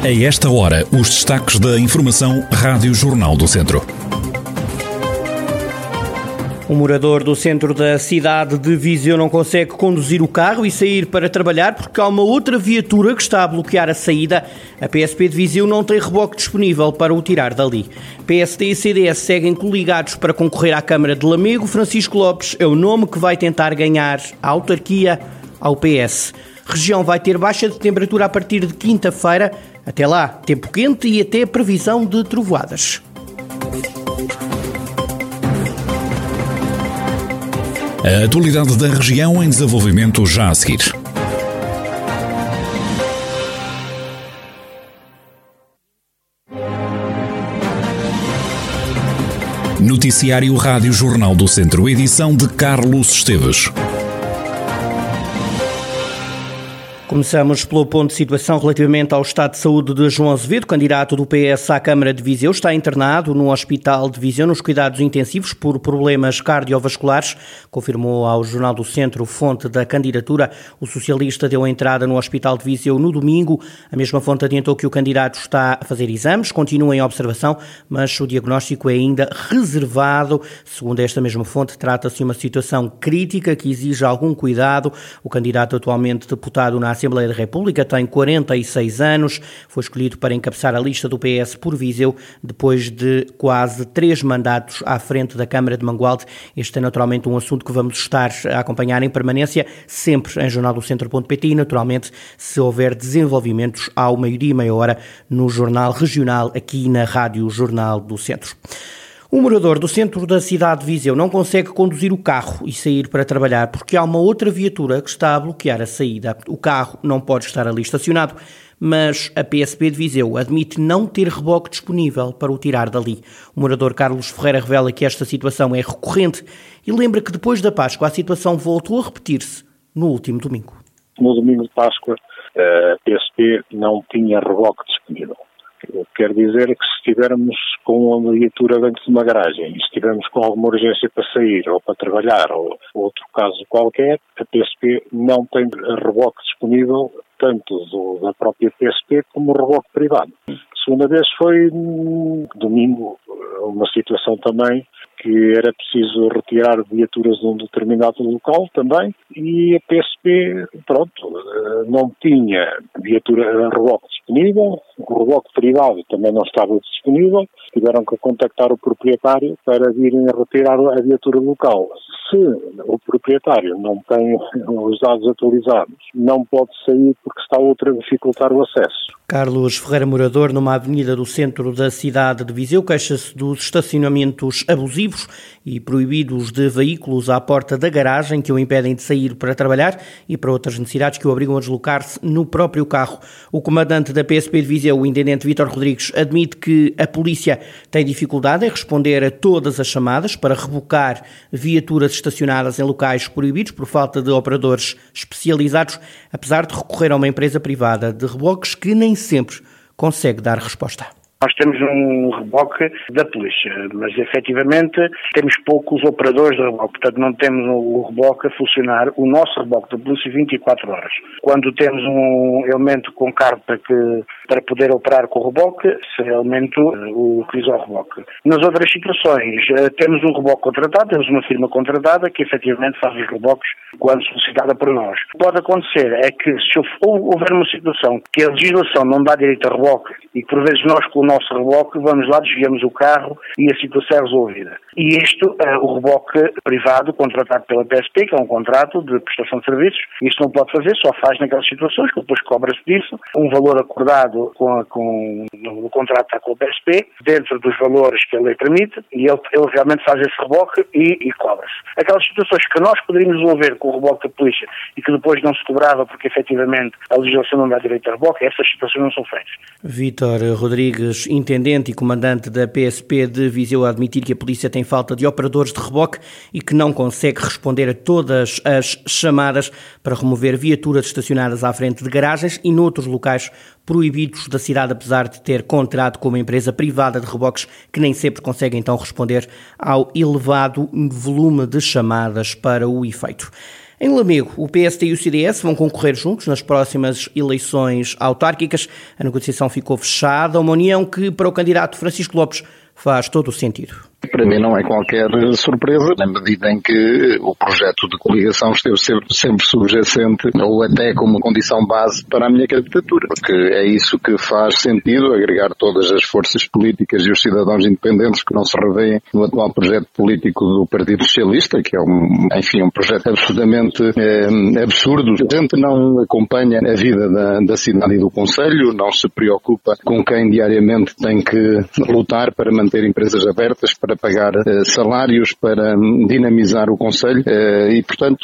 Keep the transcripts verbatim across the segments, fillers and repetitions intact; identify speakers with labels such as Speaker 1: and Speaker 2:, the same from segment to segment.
Speaker 1: A esta hora, os destaques da Informação Rádio Jornal do Centro.
Speaker 2: Um morador do centro da cidade de Viseu não consegue conduzir o carro e sair para trabalhar porque há uma outra viatura que está a bloquear a saída. A P S P de Viseu não tem reboque disponível para o tirar dali. P S D e C D S seguem coligados para concorrer à Câmara de Lamego. Francisco Lopes é o nome que vai tentar ganhar a autarquia ao P S. A região vai ter baixa de temperatura a partir de quinta-feira. Até lá, tempo quente e até previsão de trovoadas.
Speaker 1: A atualidade da região em desenvolvimento já a seguir. Noticiário Rádio Jornal do Centro, edição de Carlos Esteves.
Speaker 2: Começamos pelo ponto de situação relativamente ao estado de saúde de João Azevedo, candidato do P S à Câmara de Viseu. Está internado no Hospital de Viseu nos cuidados intensivos por problemas cardiovasculares, confirmou ao Jornal do Centro fonte da candidatura. O socialista deu a entrada no Hospital de Viseu no domingo. A mesma fonte adiantou que o candidato está a fazer exames, continua em observação, mas o diagnóstico é ainda reservado. Segundo esta mesma fonte, trata-se de uma situação crítica que exige algum cuidado. O candidato, atualmente deputado na Assembleia da República, tem quarenta e seis anos, foi escolhido para encabeçar a lista do P S por Viseu depois de quase três mandatos à frente da Câmara de Mangualde. Este é naturalmente um assunto que vamos estar a acompanhar em permanência, sempre em jornal do centro ponto pt e naturalmente se houver desenvolvimentos ao meio-dia e meia hora no Jornal Regional aqui na Rádio Jornal do Centro. Um morador do centro da cidade de Viseu não consegue conduzir o carro e sair para trabalhar porque há uma outra viatura que está a bloquear a saída. O carro não pode estar ali estacionado, mas a P S P de Viseu admite não ter reboque disponível para o tirar dali. O morador Carlos Ferreira revela que esta situação é recorrente e lembra que depois da Páscoa a situação voltou a repetir-se no último domingo.
Speaker 3: No domingo de Páscoa a P S P não tinha reboque disponível. O que quer dizer é que se estivermos com uma viatura dentro de uma garagem e estivermos com alguma urgência para sair ou para trabalhar ou outro caso qualquer, a P S P não tem reboque disponível, tanto do, da própria P S P como o reboque privado. A segunda vez foi no domingo, uma situação também que era preciso retirar viaturas de um determinado local também e a P S P, pronto, não tinha viatura reboque disponível, o reboque privado também não estava disponível, tiveram que contactar o proprietário para virem a retirar a viatura local. Se o proprietário não tem os dados atualizados, não pode sair porque está outra a dificultar o acesso.
Speaker 2: Carlos Ferreira, morador numa avenida do centro da cidade de Viseu, queixa-se dos estacionamentos abusivos e proibidos de veículos à porta da garagem que o impedem de sair para trabalhar e para outras necessidades que o obrigam a deslocar-se no próprio carro. O comandante da P S P de Viseu, o intendente Vítor Rodrigues, admite que a polícia tem dificuldade em responder a todas as chamadas para rebocar viaturas estacionadas em locais proibidos por falta de operadores especializados, apesar de recorrer a uma empresa privada de reboques que nem sempre consegue dar resposta.
Speaker 4: Nós temos um reboque da polícia, mas efetivamente temos poucos operadores de reboque, portanto não temos o reboque a funcionar, o nosso reboque da polícia vinte e quatro horas. Quando temos um elemento com carta que, para poder operar com o reboque, esse elemento uh, utiliza o reboque. Nas outras situações, uh, temos um reboque contratado, temos uma firma contratada que efetivamente faz os reboques quando solicitada por nós. O que pode acontecer é que se houver uma situação que a legislação não dá direito a reboque e que por vezes nós com o nosso reboque vamos lá, desviamos o carro e a situação é resolvida. E isto, é o reboque privado contratado pela P S P, que é um contrato de prestação de serviços, isto não pode fazer, só faz naquelas situações que depois cobra-se disso, um valor acordado com, a, com no contrato está com a P S P, dentro dos valores que a lei permite, e ele, ele realmente faz esse reboque e, e cobra-se. Aquelas situações que nós poderíamos resolver com o reboque da polícia e que depois não se cobrava porque efetivamente a legislação não dá direito a reboque, essas situações não são feitas.
Speaker 2: Vítor Rodrigues, intendente e comandante da P S P de Viseu, a admitir que a polícia tem falta de operadores de reboque e que não consegue responder a todas as chamadas para remover viaturas estacionadas à frente de garagens e noutros locais proibidos da cidade, apesar de ter contrato com uma empresa privada de reboques que nem sempre consegue então responder ao elevado volume de chamadas para o efeito. Em Lamego, o P S D e o C D S vão concorrer juntos nas próximas eleições autárquicas. A negociação ficou fechada, uma união que, para o candidato Francisco Lopes, faz todo o sentido.
Speaker 5: Para mim não é qualquer surpresa, na medida em que o projeto de coligação esteve sempre, sempre subjacente ou até como condição base para a minha candidatura, porque é isso que faz sentido, agregar todas as forças políticas e os cidadãos independentes que não se revêem no atual projeto político do Partido Socialista, que é um, enfim, um projeto absolutamente é, absurdo. A gente não acompanha a vida da, da cidade e do concelho, não se preocupa com quem diariamente tem que lutar para manter empresas abertas, para pagar uh, salários, para um, dinamizar o concelho uh, e, portanto,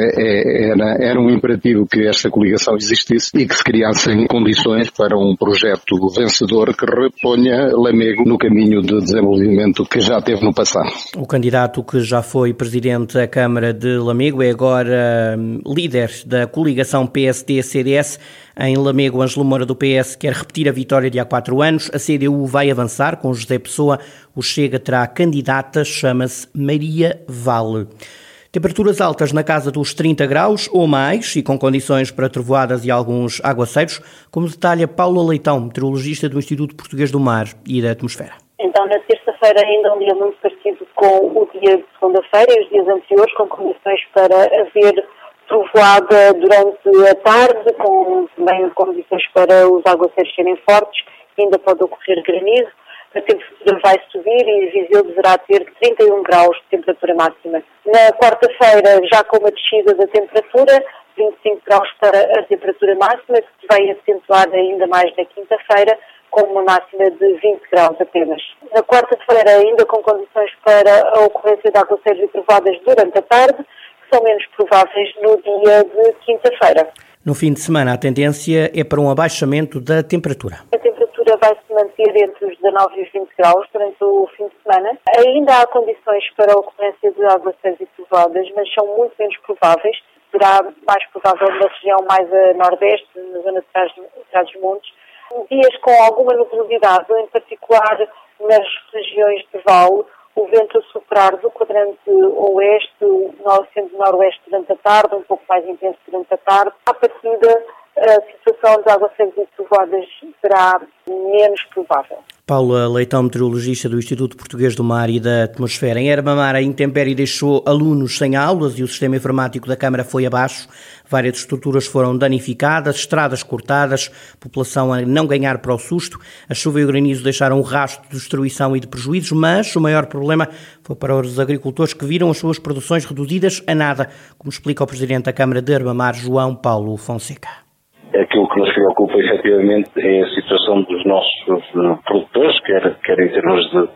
Speaker 5: é, era, era um imperativo que esta coligação existisse e que se criassem condições para um projeto vencedor que reponha Lamego no caminho de desenvolvimento que já teve no passado.
Speaker 2: O candidato que já foi presidente da Câmara de Lamego é agora um, líder da coligação P S D C D S. Em Lamego, Ângelo Moura do P S quer repetir a vitória de há quatro anos. A C D U vai avançar com José Pessoa. O Chega terá candidata, chama-se Maria Vale. Temperaturas altas na casa dos trinta graus ou mais e com condições para trovoadas e alguns aguaceiros, como detalha Paula Leitão, meteorologista do Instituto Português do Mar e da Atmosfera.
Speaker 6: Então, na terça-feira ainda um dia muito parecido com o dia de segunda-feira e os dias anteriores, com condições para haver trovoada durante a tarde, com também condições para os aguaceiros serem fortes, e ainda pode ocorrer granizo. A temperatura vai subir e Viseu deverá ter trinta e um graus de temperatura máxima. Na quarta-feira, já com uma descida da temperatura, vinte e cinco graus para a temperatura máxima, que se vai acentuar ainda mais na quinta-feira, com uma máxima de vinte graus apenas. Na quarta-feira, ainda com condições para a ocorrência de aguaceiros e trovoadas durante a tarde, são menos prováveis no dia de quinta-feira.
Speaker 2: No fim de semana, a tendência é para um abaixamento da temperatura.
Speaker 6: A temperatura vai se manter entre os dezanove e os vinte graus durante o fim de semana. Ainda há condições para a ocorrência de aguaceiros e trovoadas, mas são muito menos prováveis. Será mais provável na região mais a nordeste, na zona de Trás-os-Montes. Dias com alguma nubosidade, em particular nas regiões de vale, o vento a soprar do quadrante oeste, sendo noroeste durante a tarde, um pouco mais intenso durante a tarde. À partida, a situação de aguaceiros e trovoadas será menos provável.
Speaker 2: Paula Leitão, meteorologista do Instituto Português do Mar e da Atmosfera. Em Armamar, a intempérie deixou alunos sem aulas e o sistema informático da Câmara foi abaixo. Várias estruturas foram danificadas, estradas cortadas, população a não ganhar para o susto. A chuva e o granizo deixaram um rastro de destruição e de prejuízos, mas o maior problema foi para os agricultores que viram as suas produções reduzidas a nada, como explica o Presidente da Câmara de Armamar, João Paulo Fonseca.
Speaker 7: Aquilo que nos preocupa efetivamente é a situação dos nossos uh, produtores, quer, quer em termos de,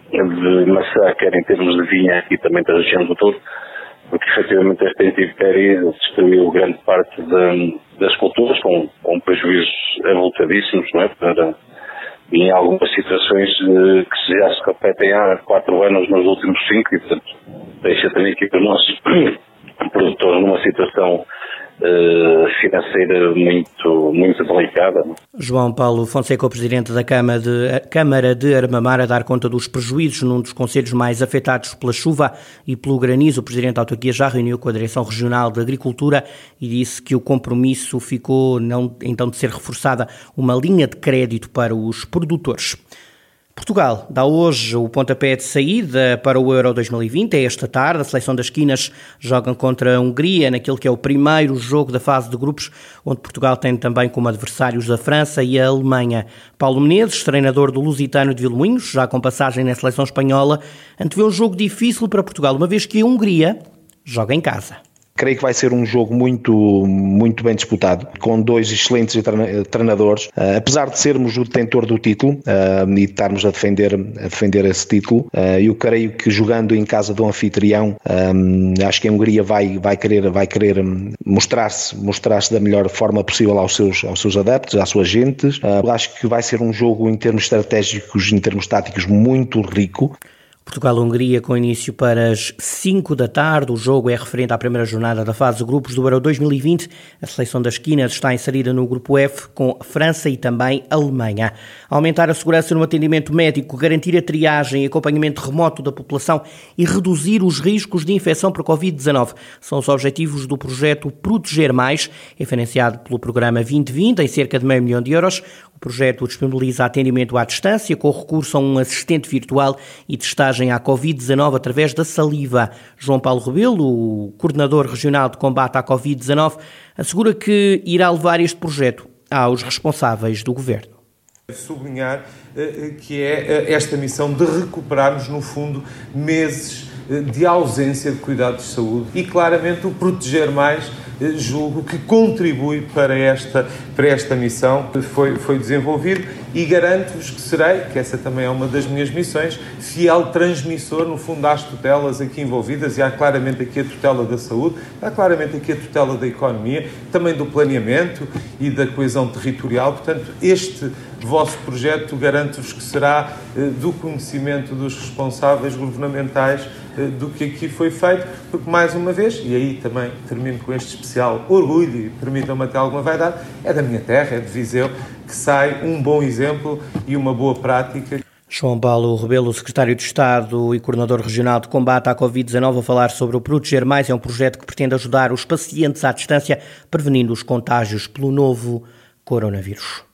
Speaker 7: de maçã, quer em termos de vinha aqui também da região do Douro, porque efetivamente esta intempérie destruiu grande parte de, das culturas com, com prejuízos avultadíssimos, não é? Para, em algumas situações uh, que já se repetem há quatro anos nos últimos cinco e, portanto, deixa também aqui os nossos produtores numa situação Uh, financeira muito, muito delicada.
Speaker 2: João Paulo Fonseca, o Presidente da Câmara de, Câmara de Armamar, a dar conta dos prejuízos num dos concelhos mais afetados pela chuva e pelo granizo. O Presidente da Autarquia já reuniu com a Direção Regional de Agricultura e disse que o compromisso ficou, não, então, de ser reforçada uma linha de crédito para os produtores. Portugal dá hoje o pontapé de saída para o Euro dois mil e vinte. É esta tarde. A seleção das Quinas joga contra a Hungria naquele que é o primeiro jogo da fase de grupos, onde Portugal tem também como adversários a França e a Alemanha. Paulo Menezes, treinador do Lusitano de Vilmoinhos, já com passagem na seleção espanhola, antevê um jogo difícil para Portugal, uma vez que a Hungria joga em casa.
Speaker 8: Creio que vai ser um jogo muito, muito bem disputado, com dois excelentes treinadores. Uh, apesar de sermos o detentor do título uh, e de estarmos a defender, a defender esse título, uh, eu creio que jogando em casa do anfitrião, um, acho que a Hungria vai, vai querer, vai querer mostrar-se, mostrar-se da melhor forma possível aos seus, aos seus adeptos, às suas gentes. Uh, acho que vai ser um jogo em termos estratégicos, em termos táticos, muito rico.
Speaker 2: Portugal-Hungria com início para as cinco da tarde. O jogo é referente à primeira jornada da fase de grupos do Euro dois mil e vinte. A seleção das Quinas está inserida no grupo F com França e também Alemanha. Aumentar a segurança no atendimento médico, garantir a triagem e acompanhamento remoto da população e reduzir os riscos de infecção por covid dezanove são os objetivos do projeto Proteger Mais, é financiado pelo programa vinte vinte em cerca de meio milhão de euros. O projeto disponibiliza atendimento à distância com recurso a um assistente virtual e testagem à covid dezanove através da saliva. João Paulo Rebelo, o coordenador regional de combate à covid dezanove, assegura que irá levar este projeto aos responsáveis do governo.
Speaker 9: Sublinhar uh, que é uh, esta missão de recuperarmos, no fundo, meses uh, de ausência de cuidados de saúde e, claramente, o Proteger Mais, uh, julgo que contribui para esta, para esta missão que foi, foi desenvolvido e garanto-vos que serei, que essa também é uma das minhas missões, fiel transmissor, no fundo, às tutelas aqui envolvidas, e há claramente aqui a tutela da saúde, há claramente aqui a tutela da economia, também do planeamento e da coesão territorial. Portanto, este vosso projeto, garanto-vos que será eh, do conhecimento dos responsáveis governamentais eh, do que aqui foi feito, porque, mais uma vez, e aí também termino com este especial orgulho, e permitam-me até alguma vaidade, é da minha terra, é de Viseu, que sai um bom exemplo e uma boa prática.
Speaker 2: João Paulo Rebelo, secretário de Estado e coordenador regional de combate à covid dezanove, a falar sobre o Proteger Mais. É um projeto que pretende ajudar os pacientes à distância, prevenindo os contágios pelo novo coronavírus.